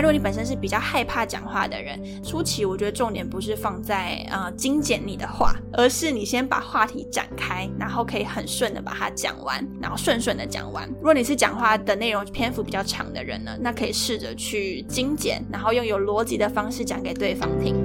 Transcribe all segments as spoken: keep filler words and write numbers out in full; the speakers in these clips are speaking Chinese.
如果你本身是比较害怕讲话的人，初期我觉得重点不是放在呃精简你的话，而是你先把话题展开，然后可以很顺的把它讲完，然后顺顺的讲完。如果你是讲话的内容篇幅比较长的人呢，那可以试着去精简，然后用有逻辑的方式讲给对方听。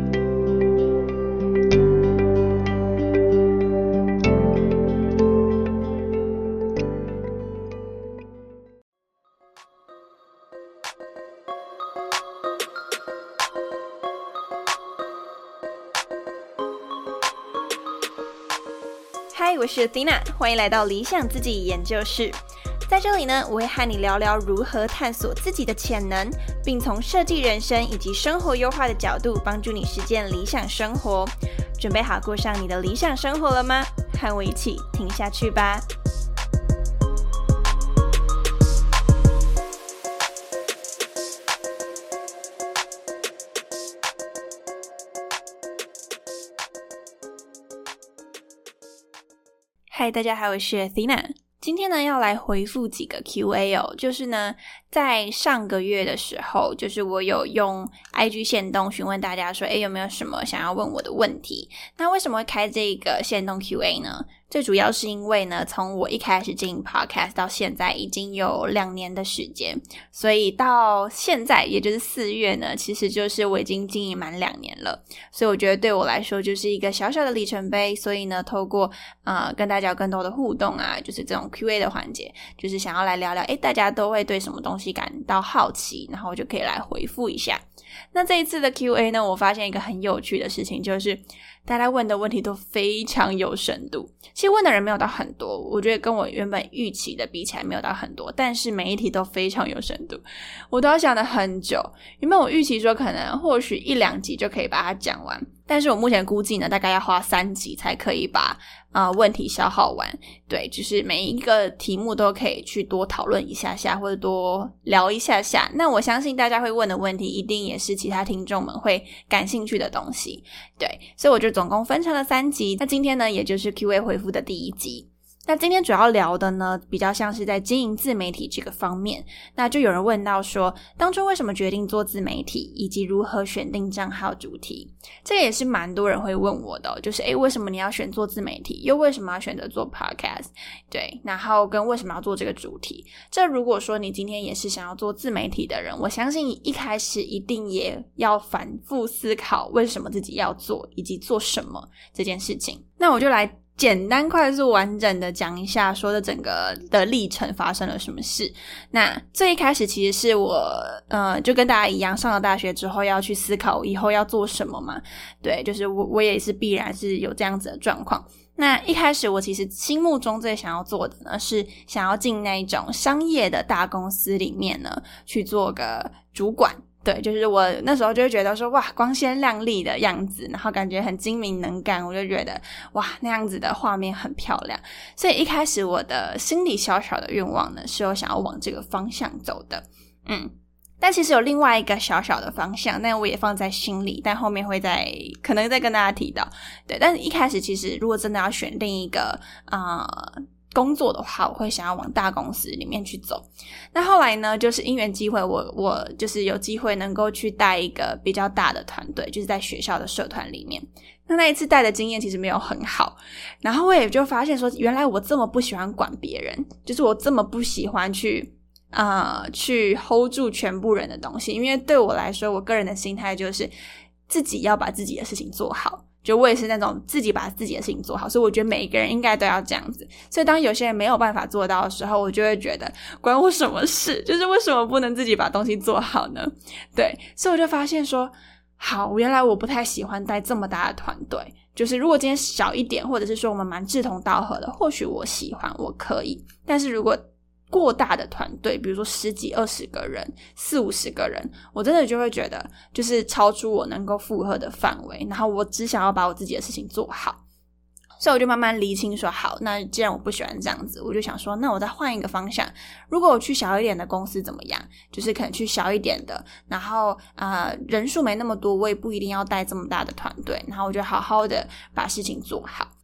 嗨，我是 Athena， 欢迎来到理想自己研究室。在这里呢，我会和你聊聊如何探索自己的潜能，并从设计人生以及生活优化的角度帮助你实践理想生活。准备好过上你的理想生活了吗？和我一起听下去吧。嗨，大家好，我是 Athena。今天呢，要来回复几个 Q A 哦，就是呢，在上个月的时候，就是我有用 I G 限动询问大家说，诶，有没有什么想要问我的问题？那为什么会开这个限动 Q A 呢？最主要是因为呢，从我一开始经营 podcast 到现在已经有两年的时间，所以到现在也就是四月呢，其实就是我已经经营满两年了，所以我觉得对我来说就是一个小小的里程碑。所以呢，透过呃跟大家有更多的互动啊，就是这种 Q A 的环节，就是想要来聊聊，诶，大家都会对什么东西感到好奇，然后我就可以来回复一下。那这一次的 Q A 呢，我发现一个很有趣的事情，就是大家问的问题都非常有深度。其实问的人没有到很多，我觉得跟我原本预期的比起来没有到很多，但是每一题都非常有深度，我都要想了很久。原本我预期说可能或许一两集就可以把它讲完，但是我目前估计呢，大概要花三集才可以把呃问题消耗完。对，就是每一个题目都可以去多讨论一下下，或者多聊一下下。那我相信大家会问的问题一定也是其他听众们会感兴趣的东西。对，所以我就总共分成了三集。那今天呢，也就是 Q A 回复的第一集。那今天主要聊的呢，比较像是在经营自媒体这个方面。那就有人问到说，当初为什么决定做自媒体，以及如何选定账号主题。这也是蛮多人会问我的哦，就是诶，为什么你要选做自媒体，又为什么要选择做 podcast？ 对，然后跟为什么要做这个主题。这如果说你今天也是想要做自媒体的人，我相信你一开始一定也要反复思考为什么自己要做，以及做什么这件事情。那我就来简单快速完整的讲一下说的整个的历程发生了什么事。那最一开始其实是我呃就跟大家一样，上了大学之后要去思考以后要做什么嘛。对，就是我我也是必然是有这样子的状况。那一开始我其实心目中最想要做的呢，是想要进那种商业的大公司里面呢去做个主管。对，就是我那时候就会觉得说，哇，光鲜亮丽的样子，然后感觉很精明能干，我就觉得哇，那样子的画面很漂亮。所以一开始我的心里小小的愿望呢，是有想要往这个方向走的。嗯，但其实有另外一个小小的方向，但我也放在心里，但后面会再可能再跟大家提到。对，但是一开始其实如果真的要选另一个呃工作的话，我会想要往大公司里面去走。那后来呢，就是因缘机会，我我就是有机会能够去带一个比较大的团队，就是在学校的社团里面。那那一次带的经验其实没有很好，然后我也就发现说，原来我这么不喜欢管别人，就是我这么不喜欢去呃去 hold 住全部人的东西。因为对我来说，我个人的心态就是自己要把自己的事情做好。就我也是那种自己把自己的事情做好，所以我觉得每一个人应该都要这样子。所以当有些人没有办法做到的时候，我就会觉得关我什么事，就是为什么不能自己把东西做好呢？对，所以我就发现说，好，原来我不太喜欢带这么大的团队。就是如果今天小一点，或者是说我们蛮志同道合的，或许我喜欢，我可以。但是如果过大的团队，比如说十几二十个人，四五十个人，我真的就会觉得就是超出我能够负荷的范围，然后我只想要把我自己的事情做好。所以我就慢慢厘清说，好，那既然我不喜欢这样子，我就想说，那我再换一个方向。如果我去小一点的公司怎么样？就是可能去小一点的，然后呃人数没那么多，我也不一定要带这么大的团队，然后我就好好的把事情做好。那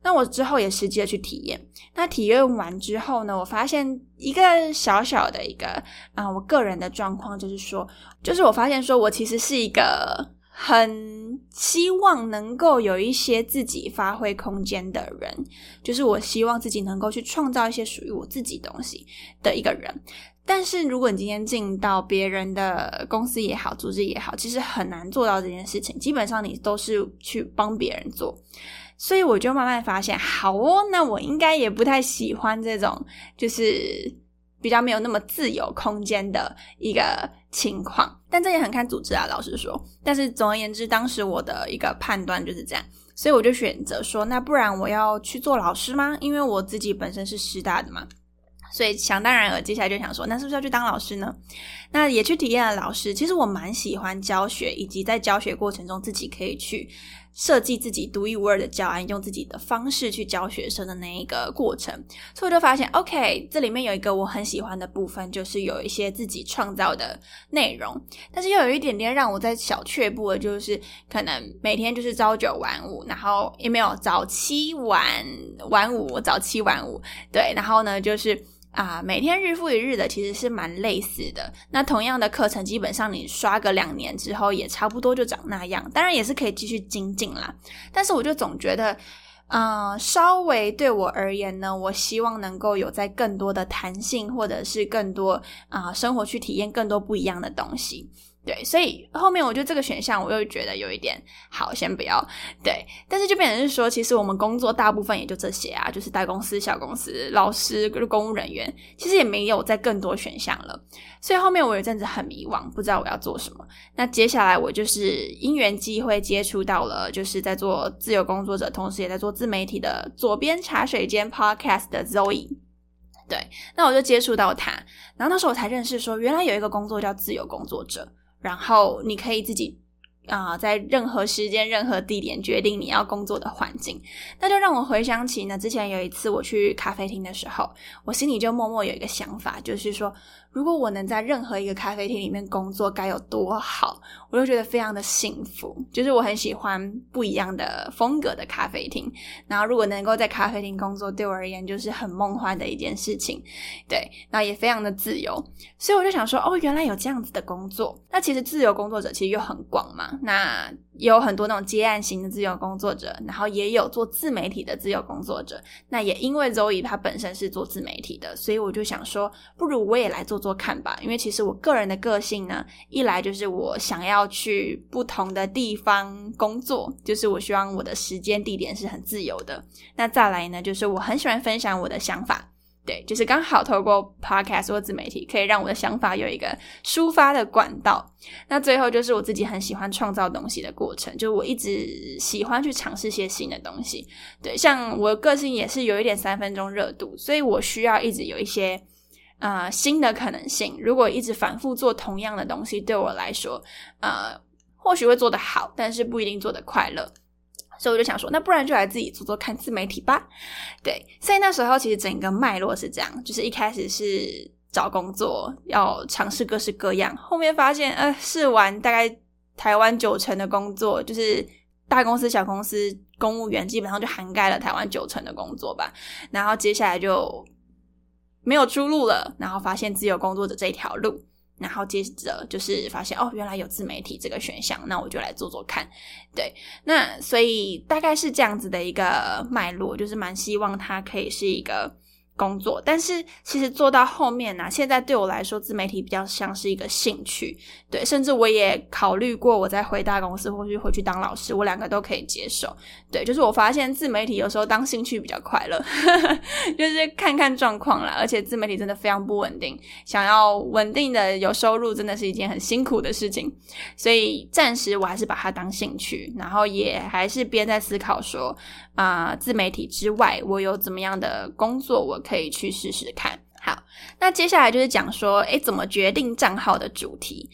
那我之后也实际的去体验，那体验完之后呢，我发现一个小小的一个啊、呃，我个人的状况就是说，就是我发现说我其实是一个很希望能够有一些自己发挥空间的人，就是我希望自己能够去创造一些属于我自己东西的一个人。但是如果你今天进到别人的公司也好，组织也好，其实很难做到这件事情，基本上你都是去帮别人做。所以我就慢慢发现，好哦，那我应该也不太喜欢这种就是比较没有那么自由空间的一个情况，但这也很看组织啊，老实说。但是总而言之，当时我的一个判断就是这样，所以我就选择说，那不然我要去做老师吗？因为我自己本身是师大的嘛，所以想当然尔，接下来就想说，那是不是要去当老师呢？那也去体验了老师。其实我蛮喜欢教学，以及在教学过程中自己可以去设计自己独一无二的教案，用自己的方式去教学生的那一个过程。所以我就发现 OK， 这里面有一个我很喜欢的部分，就是有一些自己创造的内容，但是又有一点点让我在小却步的，就是可能每天就是朝九晚五，然后也没有早七晚晚五，早七晚五，对，然后呢就是啊，每天日复一日的，其实是蛮类似的。那同样的课程，基本上你刷个两年之后，也差不多就长那样。当然也是可以继续精进啦。但是我就总觉得，呃，稍微对我而言呢，我希望能够有在更多的弹性，或者是更多啊、呃、生活去体验更多不一样的东西。对，所以后面我觉得这个选项我又觉得有一点好，先不要。对，但是就变成是说，其实我们工作大部分也就这些啊，就是大公司、小公司、老师、公务人员，其实也没有再更多选项了。所以后面我有一阵子很迷惘，不知道我要做什么。那接下来我就是因缘际会接触到了，就是在做自由工作者，同时也在做自媒体的左边茶水间 podcast 的 Zoe。对，那我就接触到他，然后那时候我才认识说，原来有一个工作叫自由工作者。然后你可以自己啊、呃，在任何时间、任何地点决定你要工作的环境。那就让我回想起呢，之前有一次我去咖啡厅的时候，我心里就默默有一个想法，就是说，如果我能在任何一个咖啡厅里面工作，该有多好！我就觉得非常的幸福。就是我很喜欢不一样的风格的咖啡厅，然后如果能够在咖啡厅工作，对我而言就是很梦幻的一件事情。对，然后也非常的自由。所以我就想说，哦，原来有这样子的工作。那其实自由工作者其实又很广嘛，那也有很多那种接案型的自由工作者，然后也有做自媒体的自由工作者。那也因为 Zoe 她本身是做自媒体的，所以我就想说，不如我也来做做看吧。因为其实我个人的个性呢，一来就是我想要去不同的地方工作，就是我希望我的时间地点是很自由的。那再来呢，就是我很喜欢分享我的想法。对，就是刚好透过 podcast 或自媒体可以让我的想法有一个抒发的管道。那最后就是我自己很喜欢创造东西的过程，就是我一直喜欢去尝试些新的东西。对，像我的个性也是有一点三分钟热度，所以我需要一直有一些呃新的可能性。如果一直反复做同样的东西，对我来说呃或许会做得好，但是不一定做得快乐。所以我就想说，那不然就来自己做做看自媒体吧。对，所以那时候其实整个脉络是这样，就是一开始是找工作，要尝试各式各样，后面发现呃，试完大概台湾九成的工作，就是大公司、小公司、公务员基本上就涵盖了台湾九成的工作吧。然后接下来就没有出路了，然后发现自由工作者这条路。然后接着就是发现哦，原来有自媒体这个选项，那我就来做做看。对，那所以大概是这样子的一个脉络，就是蛮希望它可以是一个工作。但是其实做到后面啊，现在对我来说自媒体比较像是一个兴趣。对，甚至我也考虑过我再回大公司或是回去当老师，我两个都可以接受。对，就是我发现自媒体有时候当兴趣比较快乐就是看看状况啦，而且自媒体真的非常不稳定，想要稳定的有收入真的是一件很辛苦的事情。所以暂时我还是把它当兴趣，然后也还是边在思考说啊、呃，自媒体之外我有怎么样的工作我可以去试试看。好，那接下来就是讲说诶怎么决定账号的主题。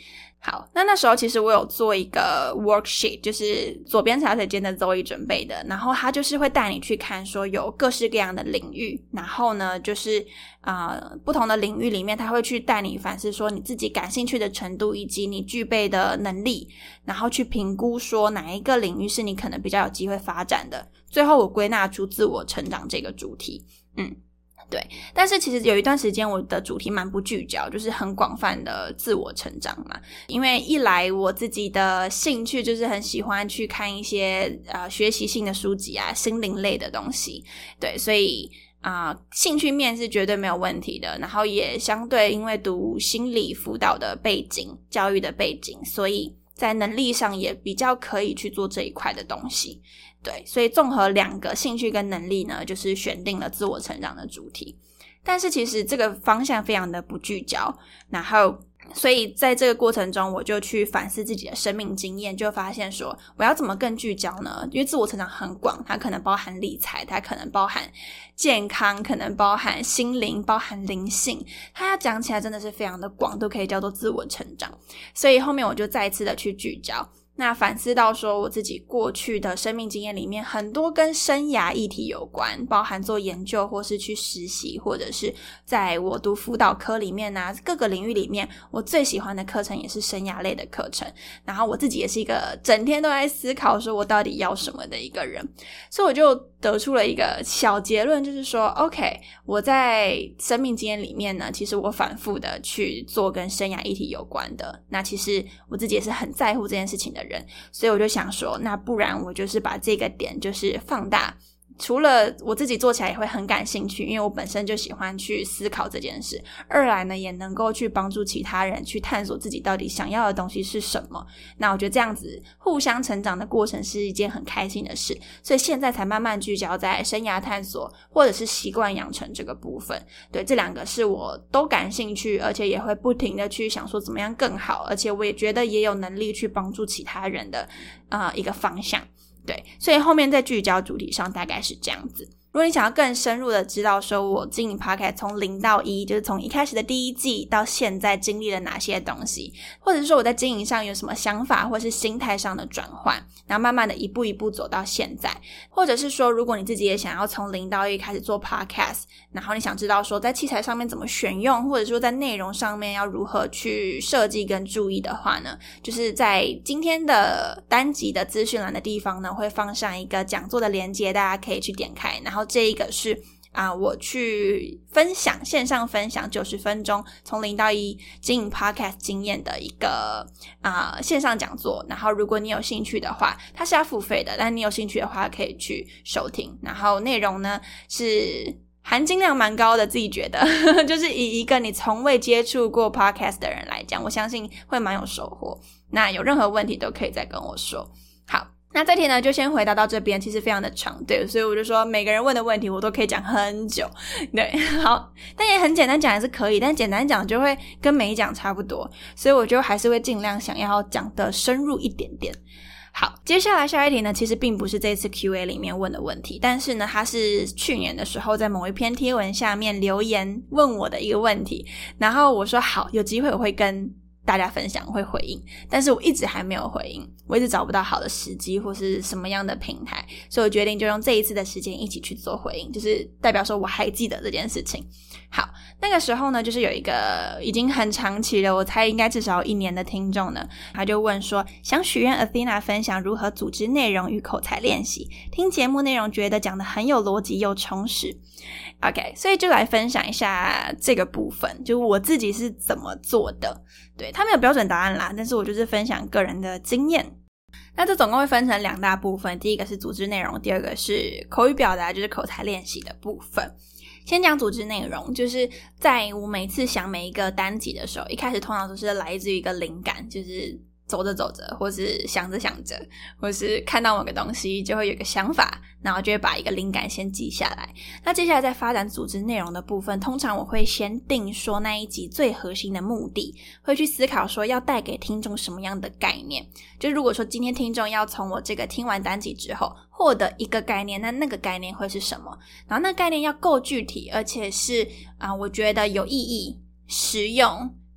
好，那那时候其实我有做一个 worksheet， 就是左边茶水间的 Zoe 准备的，然后他就是会带你去看说有各式各样的领域，然后呢就是呃不同的领域里面他会去带你反思说你自己感兴趣的程度以及你具备的能力，然后去评估说哪一个领域是你可能比较有机会发展的，最后我归纳出自我成长这个主题。嗯对，但是其实有一段时间我的主题蛮不聚焦，就是很广泛的自我成长嘛。因为一来我自己的兴趣就是很喜欢去看一些呃学习性的书籍啊，心灵类的东西，对，所以啊、呃，兴趣面是绝对没有问题的。然后也相对因为读心理辅导的背景、教育的背景，所以在能力上也比较可以去做这一块的东西。对，所以综合两个兴趣跟能力呢，就是选定了自我成长的主题。但是其实这个方向非常的不聚焦，然后所以在这个过程中我就去反思自己的生命经验，就发现说我要怎么更聚焦呢？因为自我成长很广，它可能包含理财，它可能包含健康，可能包含心灵，包含灵性，它要讲起来真的是非常的广，都可以叫做自我成长。所以后面我就再次的去聚焦，那反思到说我自己过去的生命经验里面很多跟生涯议题有关，包含做研究或是去实习，或者是在我读辅导科里面啊，各个领域里面我最喜欢的课程也是生涯类的课程，然后我自己也是一个整天都在思考说我到底要什么的一个人，所以我就得出了一个小结论，就是说 OK， 我在生命经验里面呢，其实我反复的去做跟生涯议题有关的，那其实我自己也是很在乎这件事情的人，所以我就想说那不然我就是把这个点就是放大，除了我自己做起来也会很感兴趣，因为我本身就喜欢去思考这件事，二来呢也能够去帮助其他人去探索自己到底想要的东西是什么，那我觉得这样子互相成长的过程是一件很开心的事，所以现在才慢慢聚焦在生涯探索或者是习惯养成这个部分。对，这两个是我都感兴趣，而且也会不停的去想说怎么样更好，而且我也觉得也有能力去帮助其他人的呃一个方向。对，所以后面在聚焦主题上大概是这样子。如果你想要更深入的知道说我经营 Podcast 从零到一，就是从一开始的第一季到现在经历了哪些东西，或者是说我在经营上有什么想法或是心态上的转换，然后慢慢的一步一步走到现在，或者是说如果你自己也想要从零到一开始做 Podcast， 然后你想知道说在器材上面怎么选用，或者说在内容上面要如何去设计跟注意的话呢，就是在今天的单集的资讯栏的地方呢会放上一个讲座的连结，大家可以去点开，然后这一个是啊、呃，我去分享线上分享九十分钟从零到一经营 podcast 经验的一个啊、呃、线上讲座，然后如果你有兴趣的话，它是要付费的，但你有兴趣的话可以去收听，然后内容呢是含金量蛮高的，自己觉得就是以一个你从未接触过 podcast 的人来讲，我相信会蛮有收获，那有任何问题都可以再跟我说。好，那这题呢就先回答到这边，其实非常的长，对，所以我就说每个人问的问题我都可以讲很久，对，好，但也很简单讲也是可以，但简单讲就会跟没讲差不多，所以我就还是会尽量想要讲的深入一点点。好，接下来下一题呢其实并不是这次 Q A 里面问的问题，但是呢它是去年的时候在某一篇贴文下面留言问我的一个问题，然后我说好，有机会我会跟大家分享，会回应，但是我一直还没有回应，我一直找不到好的时机或是什么样的平台，所以我决定就用这一次的时间一起去做回应，就是代表说我还记得这件事情。好，那个时候呢就是有一个已经很长期了，我猜应该至少一年的听众呢，他就问说想许愿 Athena 分享如何组织内容与口才练习，听节目内容觉得讲得很有逻辑又充实。 OK， 所以就来分享一下这个部分，就是我自己是怎么做的，对，他没有标准答案啦，但是我就是分享个人的经验。那这总共会分成两大部分，第一个是组织内容，第二个是口语表达，就是口才练习的部分。先讲组织内容，就是在我每次想每一个单集的时候，一开始通常都是来自于一个灵感，就是走着走着，或是想着想着，或是看到某个东西就会有一个想法，然后就会把一个灵感先记下来。那接下来在发展组织内容的部分，通常我会先定说那一集最核心的目的，会去思考说要带给听众什么样的概念，就如果说今天听众要从我这个听完单集之后获得一个概念，那那个概念会是什么，然后那概念要够具体，而且是啊、呃，我觉得有意义、实用，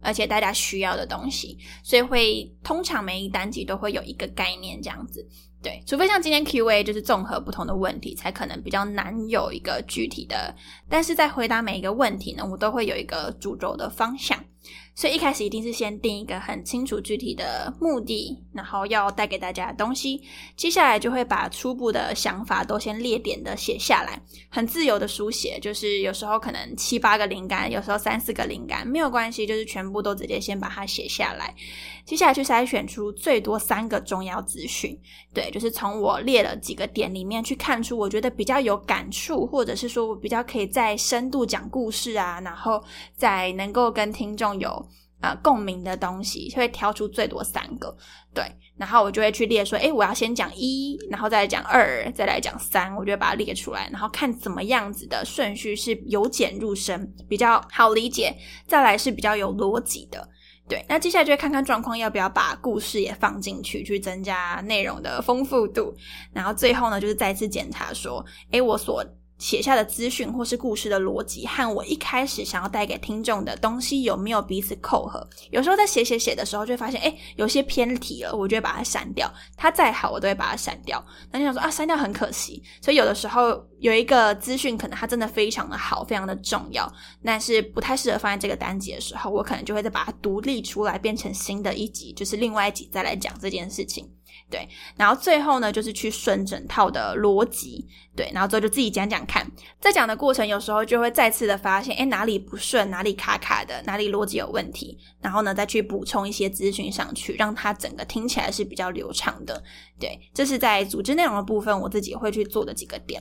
而且大家需要的东西，所以会通常每一单集都会有一个概念这样子。对，除非像今天 Q A 就是综合不同的问题，才可能比较难有一个具体的，但是在回答每一个问题呢，我都会有一个主轴的方向。所以一开始一定是先定一个很清楚具体的目的，然后要带给大家的东西，接下来就会把初步的想法都先列点的写下来，很自由的书写，就是有时候可能七八个灵感，有时候三四个灵感，没有关系，就是全部都直接先把它写下来，接下来去筛选出最多三个重要资讯。对，就是从我列了几个点里面去看出我觉得比较有感触，或者是说我比较可以再深度讲故事啊，然后再能够跟听众有呃共鸣的东西，会挑出最多三个。对，然后我就会去列说，诶，我要先讲一，然后再来讲二，再来讲三，我就会把它列出来，然后看怎么样子的顺序是由浅入深，比较好理解，再来是比较有逻辑的。对，那接下来就会看看状况要不要把故事也放进去，去增加内容的丰富度。然后最后呢，就是再次检查说，诶，我所写下的资讯或是故事的逻辑和我一开始想要带给听众的东西有没有彼此扣合。有时候在写写写的时候就会发现，诶，有些偏题了，我就会把它删掉，它再好我都会把它删掉。那你想说啊，删掉很可惜，所以有的时候有一个资讯可能它真的非常的好，非常的重要，但是不太适合放在这个单集的时候，我可能就会再把它独立出来，变成新的一集，就是另外一集再来讲这件事情。对，然后最后呢就是去顺整套的逻辑，对，然后之后就自己讲讲看，在讲的过程有时候就会再次的发现，诶，哪里不顺，哪里卡卡的，哪里逻辑有问题，然后呢再去补充一些资讯上去，让它整个听起来是比较流畅的。对，这是在组织内容的部分我自己会去做的几个点。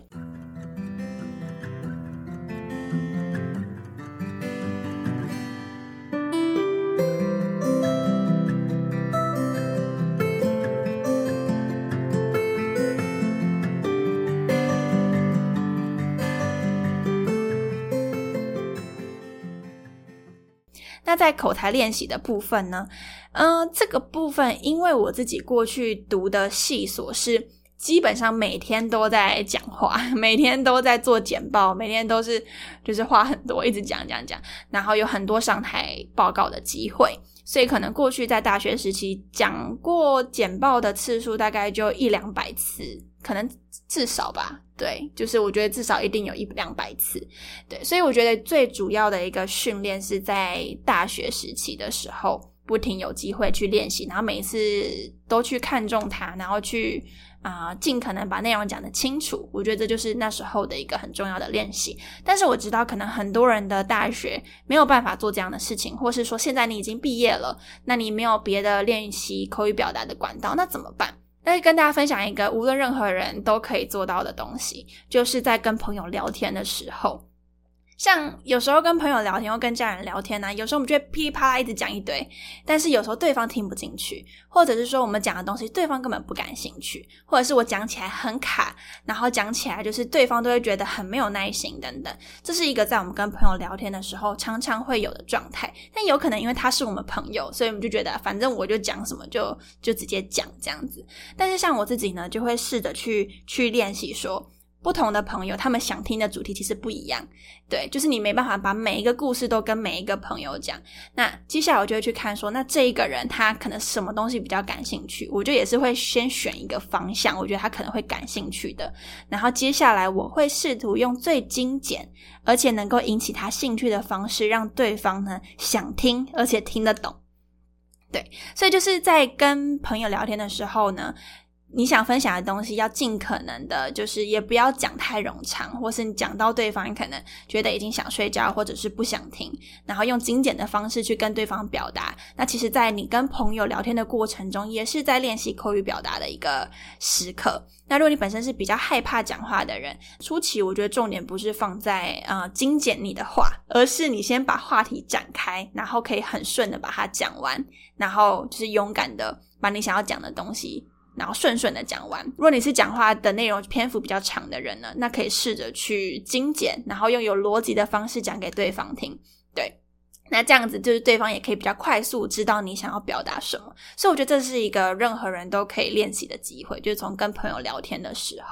那在口才练习的部分呢，呃，这个部分因为我自己过去读的系所是基本上每天都在讲话，每天都在做简报，每天都是就是话很多，一直讲讲讲，然后有很多上台报告的机会，所以可能过去在大学时期讲过简报的次数大概就一两百次，可能至少吧，对，就是我觉得至少一定有一两百次，对，所以我觉得最主要的一个训练是在大学时期的时候不停有机会去练习，然后每一次都去看重它，然后去啊、呃，尽可能把内容讲得清楚，我觉得这就是那时候的一个很重要的练习。但是我知道可能很多人的大学没有办法做这样的事情，或是说现在你已经毕业了，那你没有别的练习口语表达的管道，那怎么办？那跟大家分享一个无论任何人都可以做到的东西，就是在跟朋友聊天的时候，像有时候跟朋友聊天或跟家人聊天啊，有时候我们就会噼里啪啦一直讲一堆，但是有时候对方听不进去，或者是说我们讲的东西对方根本不感兴趣，或者是我讲起来很卡，然后讲起来就是对方都会觉得很没有耐心等等，这是一个在我们跟朋友聊天的时候常常会有的状态。但有可能因为他是我们朋友，所以我们就觉得反正我就讲什么就就直接讲这样子。但是像我自己呢，就会试着去去练习说，不同的朋友他们想听的主题其实不一样，对，就是你没办法把每一个故事都跟每一个朋友讲。那接下来我就会去看说，那这一个人他可能什么东西比较感兴趣，我就也是会先选一个方向，我觉得他可能会感兴趣的，然后接下来我会试图用最精简而且能够引起他兴趣的方式，让对方呢想听而且听得懂。对，所以就是在跟朋友聊天的时候呢，你想分享的东西要尽可能的就是也不要讲太冗长，或是你讲到对方你可能觉得已经想睡觉或者是不想听，然后用精简的方式去跟对方表达。那其实在你跟朋友聊天的过程中也是在练习口语表达的一个时刻。那如果你本身是比较害怕讲话的人，初期我觉得重点不是放在呃精简你的话，而是你先把话题展开，然后可以很顺的把它讲完，然后就是勇敢的把你想要讲的东西然后顺顺的讲完。如果你是讲话的内容篇幅比较长的人呢，那可以试着去精简，然后用有逻辑的方式讲给对方听。对，那这样子就是对方也可以比较快速知道你想要表达什么。所以我觉得这是一个任何人都可以练习的机会，就是从跟朋友聊天的时候。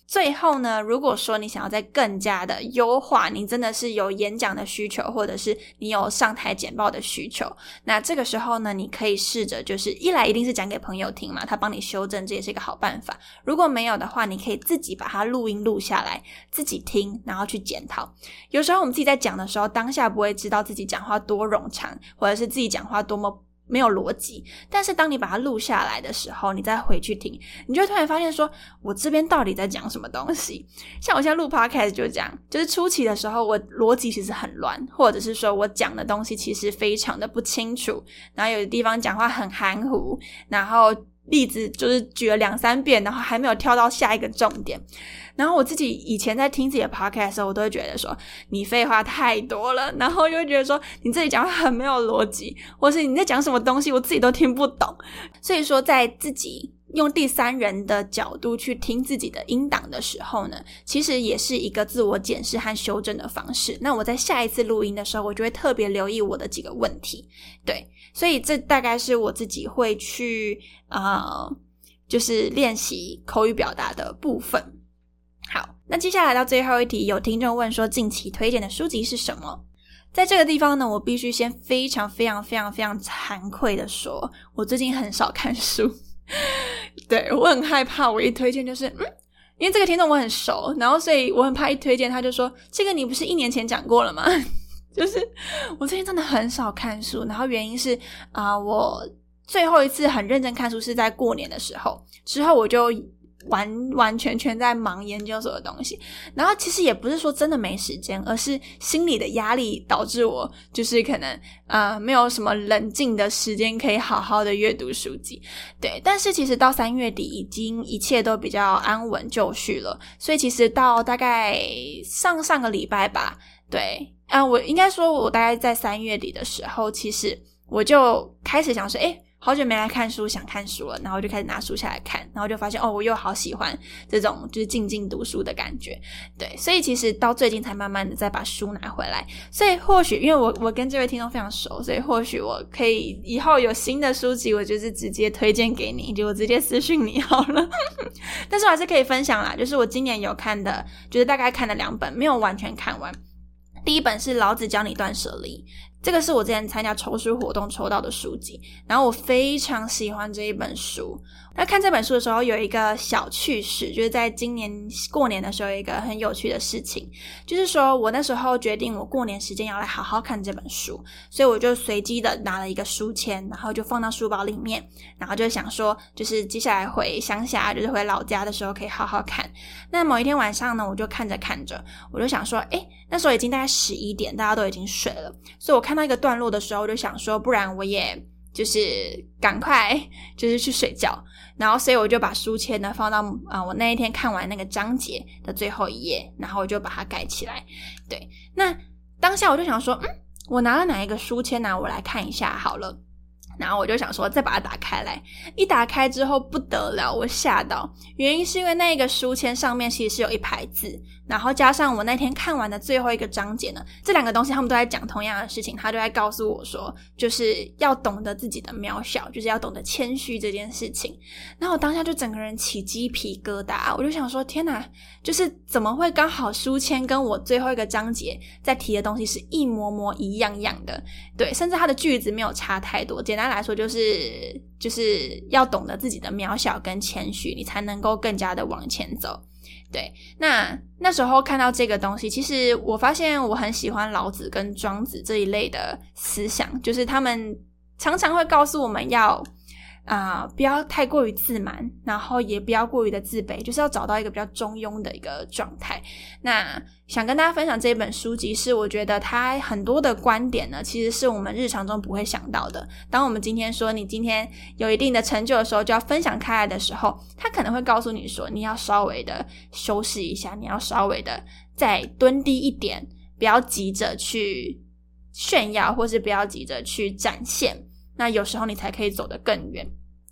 最后呢，如果说你想要再更加的优化，你真的是有演讲的需求，或者是你有上台简报的需求，那这个时候呢，你可以试着就是一来一定是讲给朋友听嘛，他帮你修正，这也是一个好办法。如果没有的话，你可以自己把它录音录下来，自己听，然后去检讨。有时候我们自己在讲的时候，当下不会知道自己讲话多冗长，或者是自己讲话多么没有逻辑，但是当你把它录下来的时候，你再回去听，你就会突然发现说，我这边到底在讲什么东西。像我现在录 podcast 就这样，就是初期的时候我逻辑其实很乱，或者是说我讲的东西其实非常的不清楚，然后有的地方讲话很含糊，然后例子就是举了两三遍，然后还没有跳到下一个重点。然后我自己以前在听自己的 podcast 的时候，我都会觉得说你废话太多了，然后又会觉得说你自己讲话很没有逻辑，或是你在讲什么东西我自己都听不懂。所以说在自己用第三人的角度去听自己的音档的时候呢，其实也是一个自我检视和修正的方式。那我在下一次录音的时候，我就会特别留意我的几个问题。对，所以这大概是我自己会去呃，就是练习口语表达的部分。好，那接下来到最后一题，有听众问说近期推荐的书籍是什么？在这个地方呢，我必须先非常非常非常非常惭愧的说，我最近很少看书。对，我很害怕我一推荐就是嗯，因为这个听众我很熟，然后所以我很怕一推荐他就说这个你不是一年前讲过了吗？就是我最近真的很少看书，然后原因是啊、呃，我最后一次很认真看书是在过年的时候，之后我就完完全全在忙研究所的东西，然后其实也不是说真的没时间，而是心理的压力导致我就是可能呃没有什么冷静的时间可以好好的阅读书籍。对，但是其实到三月底已经一切都比较安稳就绪了，所以其实到大概上上个礼拜吧，对啊、呃，我应该说我大概在三月底的时候，其实我就开始想说诶好久没来看书，想看书了，然后我就开始拿书下来看，然后就发现哦，我又好喜欢这种就是静静读书的感觉。对，所以其实到最近才慢慢的再把书拿回来。所以或许因为我我跟这位听众非常熟，所以或许我可以以后有新的书籍，我就是直接推荐给你，就我直接私讯你好了。但是我还是可以分享啦，就是我今年有看的，就是大概看了两本，没有完全看完。第一本是老子教你断舍离，这个是我之前参加抽书活动抽到的书籍，然后我非常喜欢这一本书。那看这本书的时候有一个小趣事，就是在今年过年的时候有一个很有趣的事情，就是说我那时候决定我过年时间要来好好看这本书，所以我就随机的拿了一个书签，然后就放到书包里面，然后就想说就是接下来回乡下就是回老家的时候可以好好看。那某一天晚上呢，我就看着看着，我就想说诶那时候已经大概十一点，大家都已经睡了，所以我看到一个段落的时候，我就想说不然我也就是赶快就是去睡觉，然后所以我就把书签呢放到啊、呃、我那一天看完那个章节的最后一页，然后我就把它盖起来。对，那当下我就想说嗯我拿了哪一个书签呢、啊、我来看一下好了，然后我就想说再把它打开来，一打开之后不得了，我吓到，原因是因为那个书签上面其实是有一排字，然后加上我那天看完的最后一个章节呢，这两个东西他们都在讲同样的事情，他就在告诉我说就是要懂得自己的渺小，就是要懂得谦虚这件事情。然后我当下就整个人起鸡皮疙瘩，我就想说天哪，就是怎么会刚好书签跟我最后一个章节在提的东西是一模模一样样的，对，甚至它的句子没有差太多，简单来说就是就是要懂得自己的渺小跟谦虚，你才能够更加的往前走。对，那那时候看到这个东西，其实我发现我很喜欢老子跟庄子这一类的思想，就是他们常常会告诉我们要啊、呃，不要太过于自满，然后也不要过于的自卑，就是要找到一个比较中庸的一个状态。那想跟大家分享这本书籍是我觉得它很多的观点呢，其实是我们日常中不会想到的。当我们今天说你今天有一定的成就的时候，就要分享开来的时候，它可能会告诉你说你要稍微的修饰一下，你要稍微的再蹲低一点，不要急着去炫耀，或是不要急着去展现，那有时候你才可以走得更远。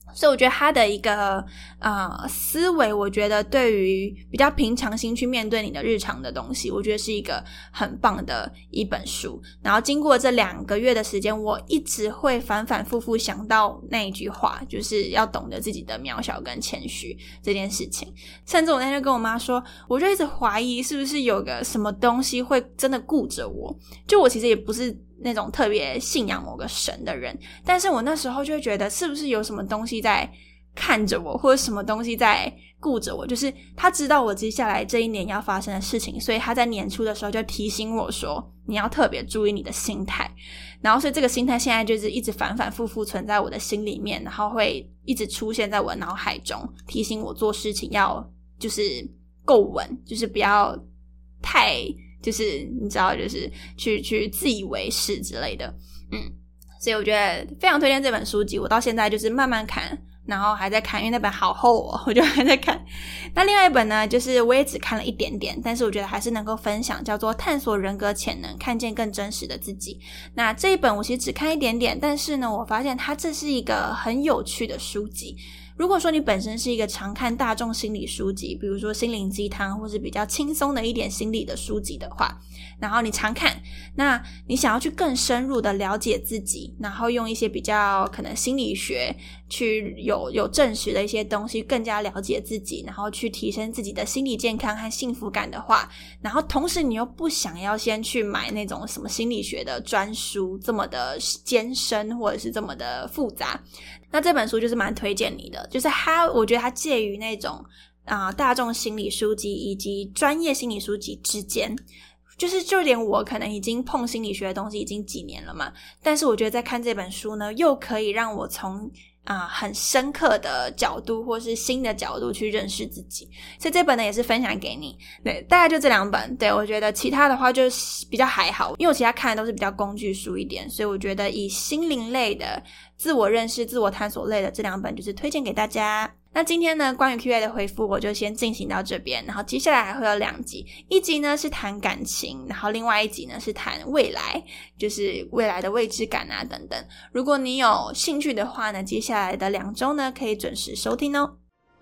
所以我觉得他的一个呃思维，我觉得对于比较平常心去面对你的日常的东西，我觉得是一个很棒的一本书。然后经过这两个月的时间，我一直会反反复复想到那一句话，就是要懂得自己的渺小跟谦虚这件事情。甚至我那天就跟我妈说，我就一直怀疑是不是有个什么东西会真的顾着我，就我其实也不是那种特别信仰某个神的人，但是我那时候就会觉得是不是有什么东西在看着我，或者什么东西在顾着我，就是他知道我接下来这一年要发生的事情，所以他在年初的时候就提醒我说你要特别注意你的心态。然后所以这个心态现在就是一直反反复复存在我的心里面，然后会一直出现在我的脑海中，提醒我做事情要就是够稳，就是不要太就是你知道就是去去自以为是之类的。嗯，所以我觉得非常推荐这本书籍，我到现在就是慢慢看，然后还在看，因为那本好厚哦，我就还在看。那另外一本呢，就是我也只看了一点点，但是我觉得还是能够分享，叫做《探索人格潜能，看见更真实的自己》。那这一本我其实只看一点点，但是呢，我发现它这是一个很有趣的书籍。如果说你本身是一个常看大众心理书籍，比如说心灵鸡汤或是比较轻松的一点心理的书籍的话，然后你常看，那你想要去更深入的了解自己，然后用一些比较可能心理学去有有证实的一些东西更加了解自己，然后去提升自己的心理健康和幸福感的话，然后同时你又不想要先去买那种什么心理学的专书这么的艰深或者是这么的复杂，那这本书就是蛮推荐你的，就是它我觉得它介于那种啊、呃、大众心理书籍以及专业心理书籍之间，就是就连我可能已经碰心理学的东西已经几年了嘛，但是我觉得在看这本书呢，又可以让我从啊、呃、很深刻的角度或是新的角度去认识自己，所以这本呢也是分享给你。对，大概就这两本。对，我觉得其他的话就比较还好，因为我其他看的都是比较工具书一点，所以我觉得以心灵类的自我认识自我探索类的这两本就是推荐给大家。那今天呢关于 Q A 的回复我就先进行到这边，然后接下来还会有两集，一集呢是谈感情，然后另外一集呢是谈未来，就是未来的未知感啊等等。如果你有兴趣的话呢，接下来的两周呢可以准时收听哦。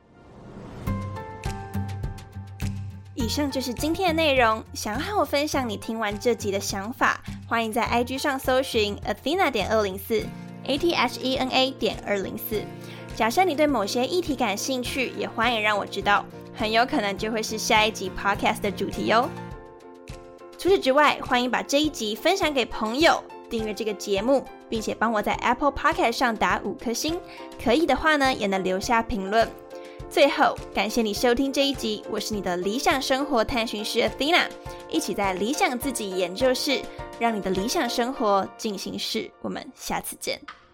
以上就是今天的内容，想要和我分享你听完这集的想法，欢迎在 I G 上搜寻 Athena 点二零四 A T H E N A 点二零四。假设你对某些议题感兴趣，也欢迎让我知道，很有可能就会是下一集 podcast 的主题哦。除此之外，欢迎把这一集分享给朋友，订阅这个节目，并且帮我在 Apple Podcast 上打五颗星，可以的话呢，也能留下评论。最后，感谢你收听这一集，我是你的理想生活探寻师 Athena， 一起在理想自己研究室，让你的理想生活进行式。我们下次见。